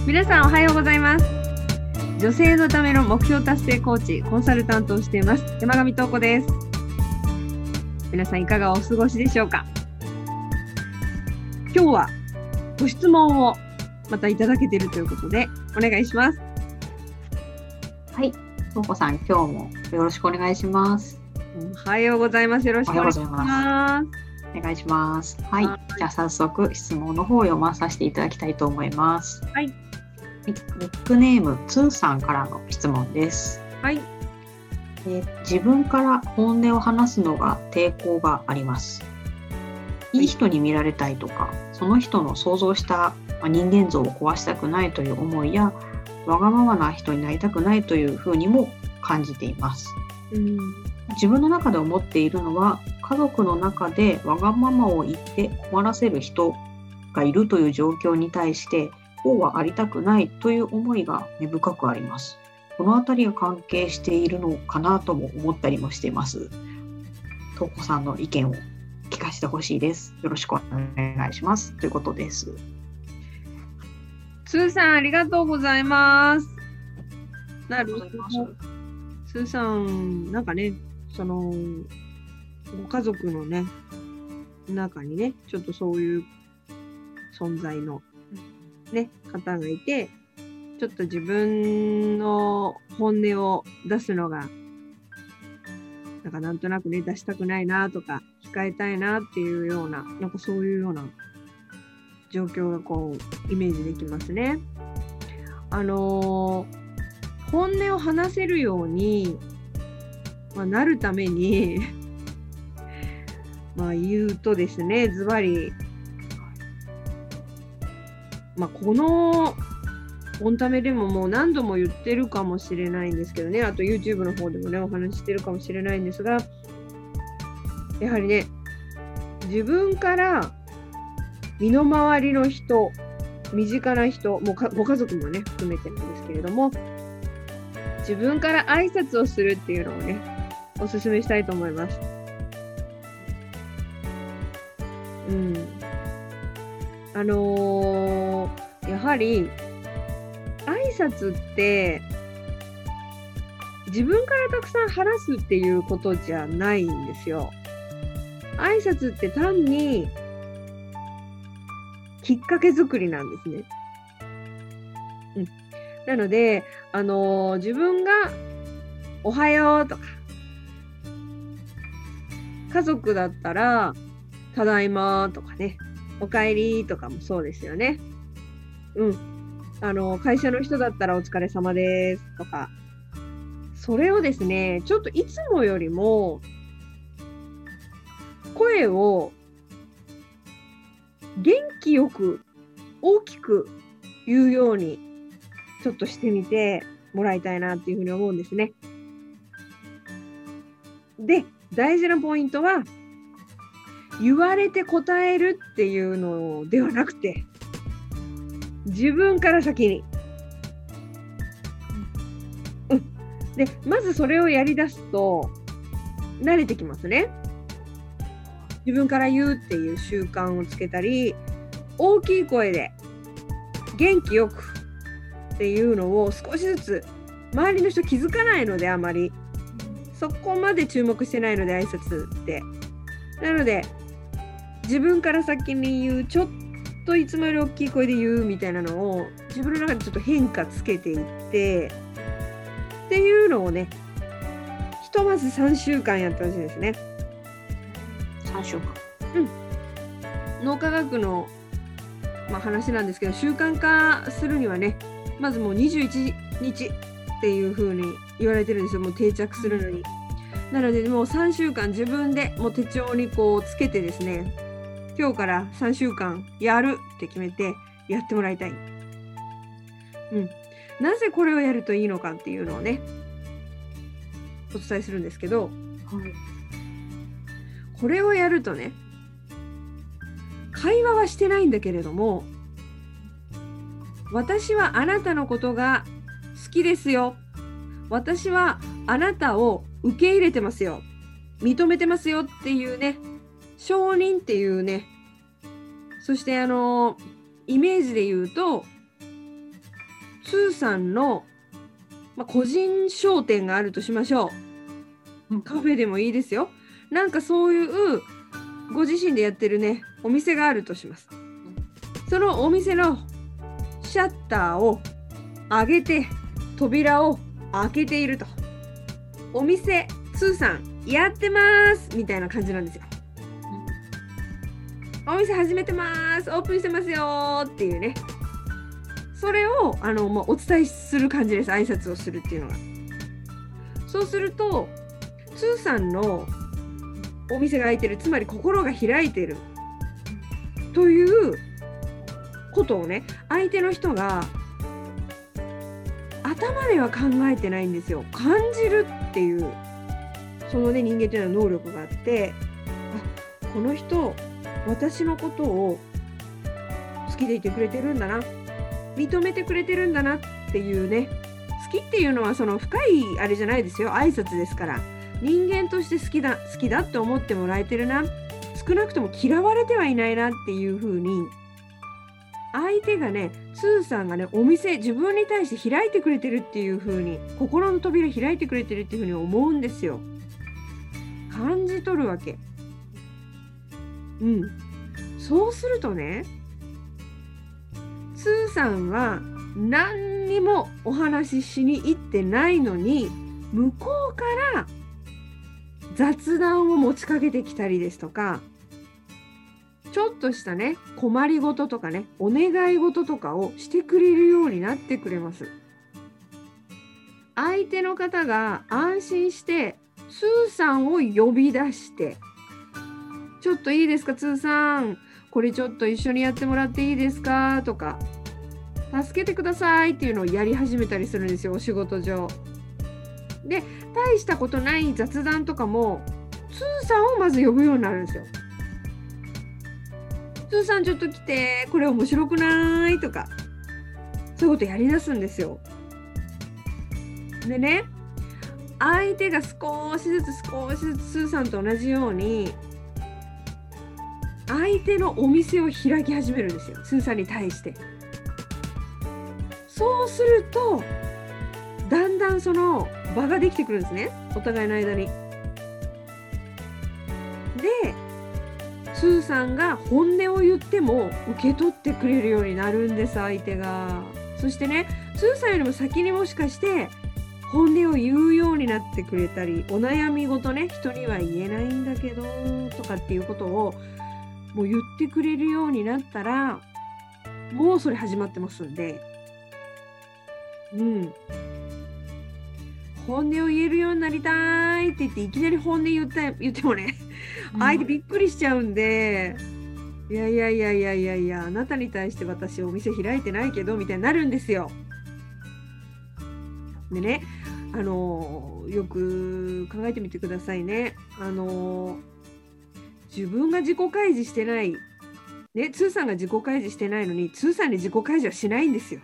皆さんおはようございます。女性のための目標達成コーチ、コンサルタントをしています山上東子です。皆さんいかがお過ごしでしょうか。今日はご質問をまたいただけているということでお願いします。 はい、東子さん、今日もよろしくお願いします。 おはようございます。よろしくお願いします。 お願いします。はい、じゃあ早速質問の方を読まさせていただきたいと思います。 はい。 ニックネームつーさんからの質問です。 はい。 自分から本音を話すのが抵抗があります。いい人に見られたいとか、その人の想像した人間像を壊したくないという思いや、わがままな人になりたくないというふうにも感じています。自分の中で思っているのは、家族の中でわがままを言って困らせる人がいるという状況に対してこうはありたくないという思いが根深くあります。このあたりが関係しているのかなとも思ったりもしています。東子さんの意見を聞かせてほしいです。よろしくお願いしますということです。 スーさんありがとうございます。なるほど。スーさんなんかね、そのご家族のね中にね、ちょっとそういう存在のね方がいて、ちょっと自分の本音を出すのがなんとなくね出したくないなとか控えたいなっていうような、なんかそういうような状況がこうイメージできますね。本音を話せるように、なるために言うとですね、ズバリこのオンタメでももう何度も言ってるかもしれないんですけどね、あと YouTube の方でもねお話ししてるかもしれないんですが、やはりね、自分から身の回りの人、身近な人、もうご家族もね含めてなんですけれども、自分から挨拶をするっていうのをねお勧めしたいと思います。やはり挨拶って自分からたくさん話すっていうことじゃないんですよ。挨拶って単にきっかけ作りなんですね。なので、自分がおはようとか、家族だったらただいまとかね、おかえりとかもそうですよね。会社の人だったらお疲れ様ですとか、それをですね、ちょっといつもよりも声を元気よく大きく言うようにちょっとしてみてもらいたいなっていうふうに思うんですね。で、大事なポイントは、言われて答えるっていうのではなくて、自分から先に。で、まずそれをやり出すと慣れてきますね。自分から言うっていう習慣をつけたり、大きい声で元気よくっていうのを少しずつ、周りの人気づかないので、あまりそこまで注目してないので、挨拶ってなので、自分から先に言う、ちょっといつもより大きい声で言うみたいなのを自分の中でちょっと変化つけていってっていうのをね、ひとまず3週間やってほしいですね。 3週間。 脳科学の、話なんですけど、習慣化するにはね、まずもう21日っていう風に言われてるんですよ。もう定着するのに。なのでもう3週間自分でもう手帳にこうつけてですね、今日から3週間やるって決めてやってもらいたい。なぜこれをやるといいのかっていうのをねお伝えするんですけど、これをやるとね、会話はしてないんだけれども、私はあなたのことが好きですよ、私はあなたを受け入れてますよ、認めてますよっていうね、承認っていうね、そしてイメージで言うと、 スーさんの、個人商店があるとしましょう。カフェでもいいですよ。なんかそういうご自身でやってるね、お店があるとします。そのお店のシャッターを上げて扉を開けていると。お店スーさんやってますみたいな感じなんですよ。お店始めてます、オープンしてますよっていうね。それをお伝えする感じです。挨拶をするっていうのが。そうするとスーさんのお店が開いてる、つまり心が開いてるということをね、相手の人が頭では考えてないんですよ。感じるっていうそのね、人間というのは能力があって、この人私のことを好きでいてくれてるんだな、認めてくれてるんだなっていうね。好きっていうのはその深いあれじゃないですよ。挨拶ですから。人間として好きだって思ってもらえてるな、少なくとも嫌われてはいないなっていう風に、相手がね、スーさんがね、お店自分に対して開いてくれてるっていう風に、心の扉開いてくれてるっていう風に思うんですよ。感じ取るわけ。そうするとね、スーさんは何にもお話ししに行ってないのに、向こうから雑談を持ちかけてきたりですとか、ちょっとしたね、困りごととかね、お願い事とかをしてくれるようになってくれます。相手の方が安心してスーさんを呼び出して、ちょっといいですか、スーさん、これちょっと一緒にやってもらっていいですかとか、助けてくださいっていうのをやり始めたりするんですよ、お仕事上で。大したことない雑談とかもスーさんをまず呼ぶようになるんですよ。スーさんちょっと来て、これ面白くないとか、そういうことやりだすんですよ。でね、相手が少しずつスーさんと同じように相手のお店を開き始めるんですよ、スーさんに対して。そうするとだんだんその場ができてくるんですね、お互いの間に。で、スーさんが本音を言っても受け取ってくれるようになるんです、相手が。そしてね、スーさんよりも先にもしかして本音を言うようになってくれたり、お悩み事ね、人には言えないんだけどとかっていうことをもう言ってくれるようになったら、もうそれ始まってますんで、本音を言えるようになりたいって言っていきなり本音言ってもね、相手びっくりしちゃうんで、いやあなたに対して私お店開いてないけどみたいになるんですよ。でね、よく考えてみてくださいね。自分が自己開示してないね、ツーさんが自己開示してないのにツーさんに自己開示はしないんですよ。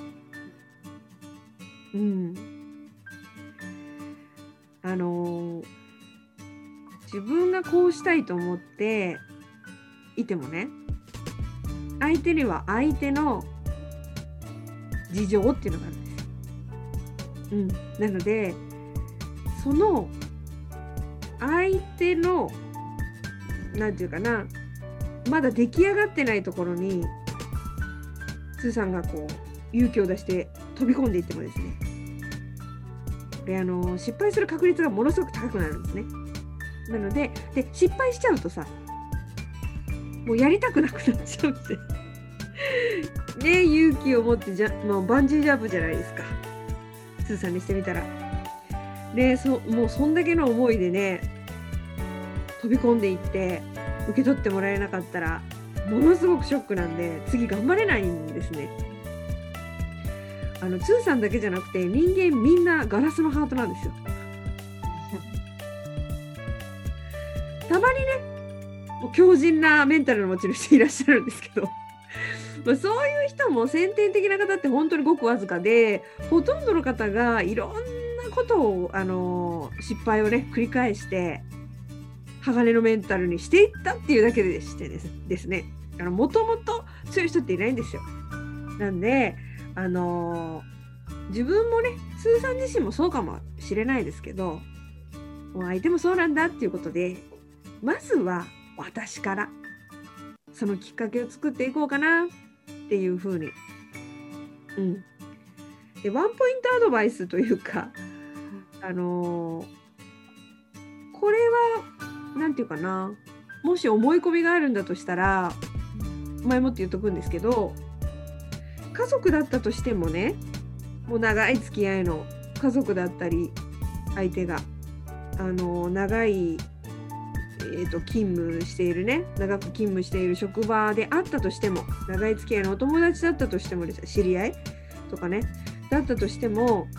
自分がこうしたいと思っていてもね、相手には相手の事情っていうのがあるんですよ。なのでその相手のなんていうかな、まだ出来上がってないところにツーさんがこう勇気を出して飛び込んでいってもですね、これ失敗する確率がものすごく高くなるんですね。なので失敗しちゃうとさ、もうやりたくなくなっちゃうんでね、勇気を持ってバンジージャンプじゃないですか、ツーさんにしてみたらね。もうそんだけの思いでね飛び込んでいって受け取ってもらえなかったらものすごくショックなんで、次頑張れないんですね。ツーさんだけじゃなくて人間みんなガラスのハートなんですよ。たまにね、もう強靭なメンタルの持ち主いらっしゃるんですけどそういう人も先天的な方って本当にごくわずかで、ほとんどの方がいろんなことを失敗をね繰り返して鋼のメンタルにしていったっていうだけでしてですね、もともと強い人っていないんですよ。なんで自分もね、スーさん自身もそうかもしれないですけど、もう相手もそうなんだっていうことで、まずは私からそのきっかけを作っていこうかなっていうふうに。で、ワンポイントアドバイスというか、これはなんていうかな、もし思い込みがあるんだとしたら前もって言っとくんですけど、家族だったとしてもね、もう長い付き合いの家族だったり、相手が長い、勤務しているね、長く勤務している職場であったとしても、長い付き合いのお友達だったとしてもです、知り合いとかねだったとしても、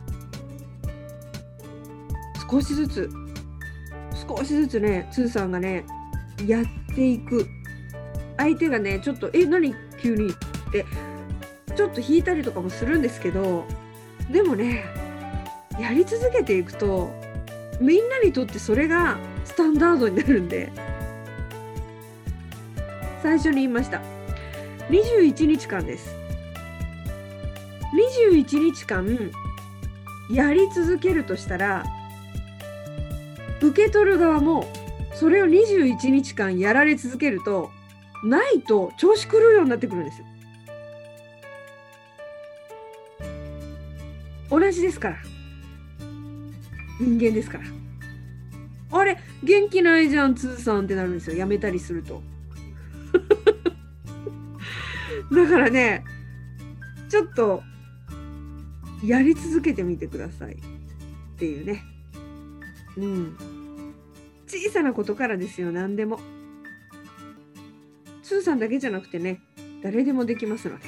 少しずつね、つーさんがねやっていく。相手がねちょっと何急にってちょっと引いたりとかもするんですけど、でもねやり続けていくとみんなにとってそれがスタンダードになるんで、最初に言いました21日間です。21日間やり続けるとしたら、受け取る側もそれを21日間やられ続けると、ないと調子狂うようになってくるんですよ。同じですから、人間ですから。あれ元気ないじゃんつーさんってなるんですよ、やめたりすると。だからね、ちょっとやり続けてみてくださいっていうね。小さなことからですよ、何でも。つーさんだけじゃなくてね、誰でもできますので、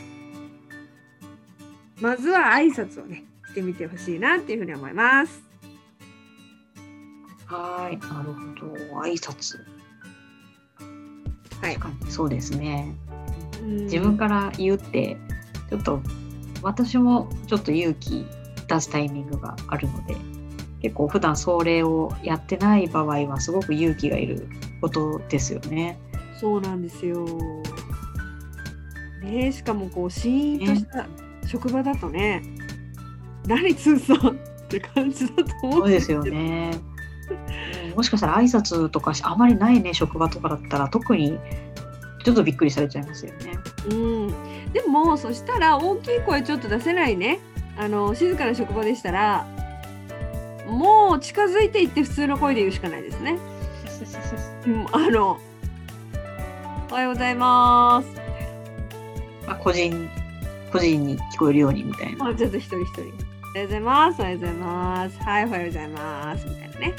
まずは挨拶をねしてみてほしいなっていうふうに思います。 はい、なるほど。挨拶。 はい、 確かにそうですね。自分から言うってちょっと私もちょっと勇気出すタイミングがあるので、結構普段それをやってない場合はすごく勇気がいることですよね。 そうなんですよ。ね、しかもこうシーンとした職場だとね、何つーさんって感じだと思う。 そうですよね。もしかしたら挨拶とかあまりないね、職場とかだったら特にちょっとびっくりされちゃいますよね。 でもそしたら大きい声ちょっと出せないね、静かな職場でしたら、もう近づいていって普通の声で言うしかないですね。おはようございます。 個人に聞こえるようにみたいな。 ちょっと一人一人。おはようございます。おはようございます。はい、おはようございます。みたいなね。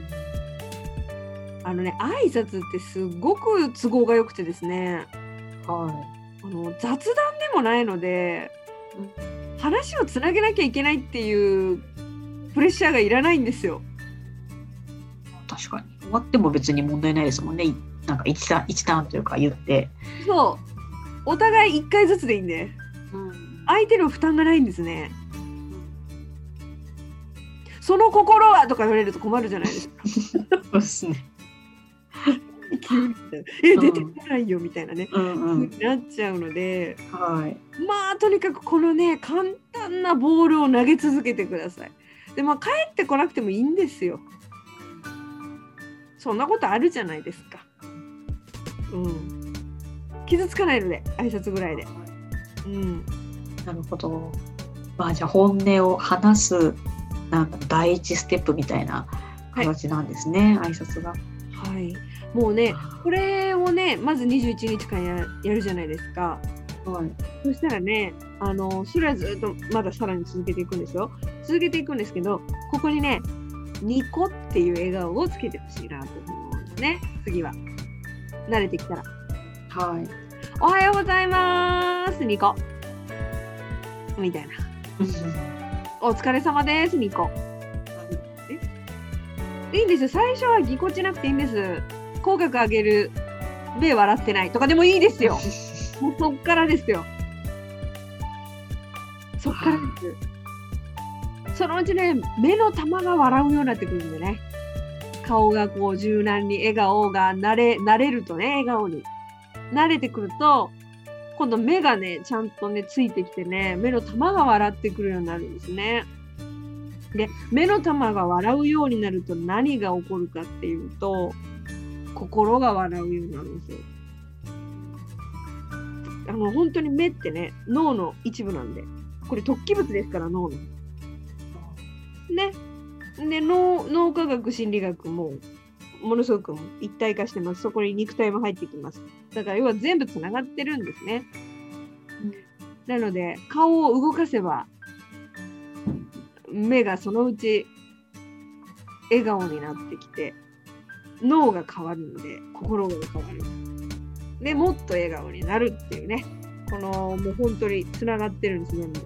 挨拶ってすごく都合が良くてですね。雑談でもないので、話をつなげなきゃいけないっていうプレッシャーがいらないんですよ。 確かに。終わっても別に問題ないですもんね。なんか一ターンというか言って。 そう。お互い1回ずつでいいんで。相手の負担がないんですね。その心はとか言われると困るじゃないですか。 そうですね。 急に出てこないよみたいなね、なっちゃうので、まあとにかくこのね簡単なボールを投げ続けてください。で帰ってこなくてもいいんですよ。そんなことあるじゃないですか。傷つかないので挨拶ぐらいで。 なるほど。じゃあ本音を話す第一ステップみたいな形なんですね、挨拶が。 はい。もうね、これをね、まず21日間やるじゃないですか。そしたらね、それはずっとまださらに続けていくんですよ。続けていくんですけど、ここにね、ニコっていう笑顔をつけてほしいなと思うんですね。次は。慣れてきたら。おはようございます、ニコ。みたいな。お疲れ様です、ニコ。いいんですよ。最初はぎこちなくていいんです。口角上げる、目笑ってないとかでもいいですよ。もうそっからですよ。そっからです。そのうちね、目の玉が笑うようになってくるんでね。顔がこう柔軟に笑顔が慣れるとね、笑顔に慣れてくると、 今度目がねちゃんとねついてきてね、目の玉が笑ってくるようになるんですね。で、目の玉が笑うようになると何が起こるかっていうと、心が笑うようになるんですよ。本当に目ってね、脳の一部なんで、これ突起物ですから、脳の。ね。で、脳科学、心理学も、ものすごく一体化してます。そこに肉体も入ってきます。だから要は全部つながってるんですね。なので、顔を動かせば、目がそのうち笑顔になってきて、脳が変わるので心が変わる。で、もっと笑顔になるっていうね、このもう本当につながってるんですね。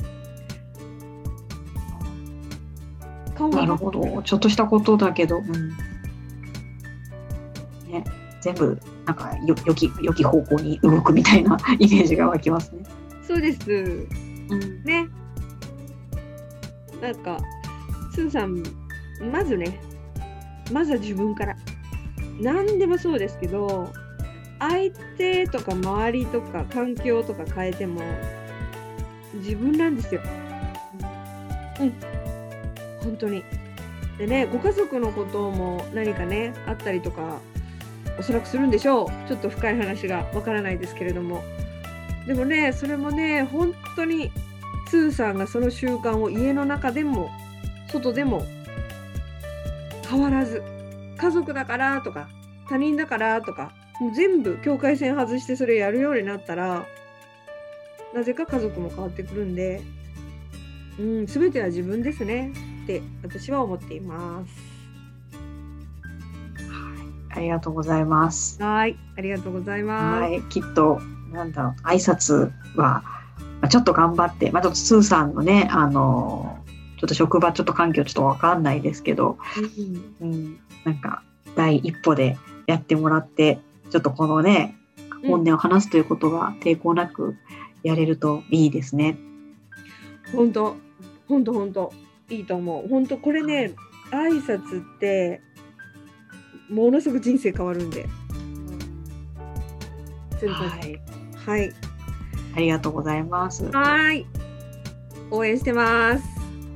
なるほど。ちょっとしたことだけど、ね、全部なんか良き方向に動くみたいなイメージが湧きますね。 そうです。ね。なんかスーさん、まずは自分から。何でもそうですけど、相手とか周りとか環境とか変えても自分なんですよ。本当に。でね、ご家族のことも何かねあったりとかおそらくするんでしょう。ちょっと深い話がわからないですけれども、でもね、それもね、本当にスーさんがその習慣を家の中でも外でも変わらず、家族だからとか他人だからとか、もう全部境界線外してそれやるようになったら、なぜか家族も変わってくるんで、全ては自分ですねって私は思っています。 ありがとうございます。 はい、ありがとうございます。 きっと挨拶はちょっと頑張って、ちょっとスーさんのね、ちょっと職場環境ちょっと分かんないですけど、なんか第一歩でやってもらって、ちょっとこのね本音を話すということが抵抗なくやれるといいですね。 本当いいと思う。本当これね、挨拶ってものすごく人生変わるんで。はい。 ありがとうございます。 はい。応援してます。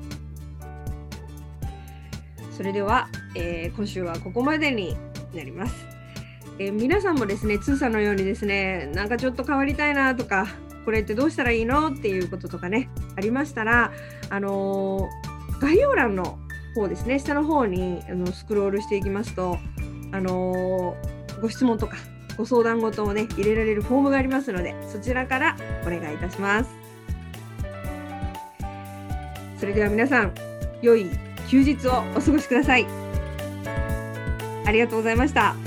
それでは、今週はここまでになります。皆さんもですね、つーさんのようにですね、なんかちょっと変わりたいなとか、これってどうしたらいいのっていうこととかね、ありましたら、概要欄の方ですね、下の方にスクロールしていきますと、ご質問とかご相談事をね入れられるフォームがありますので、そちらからお願いいたします。それでは皆さん、良い休日をお過ごしください。ありがとうございました。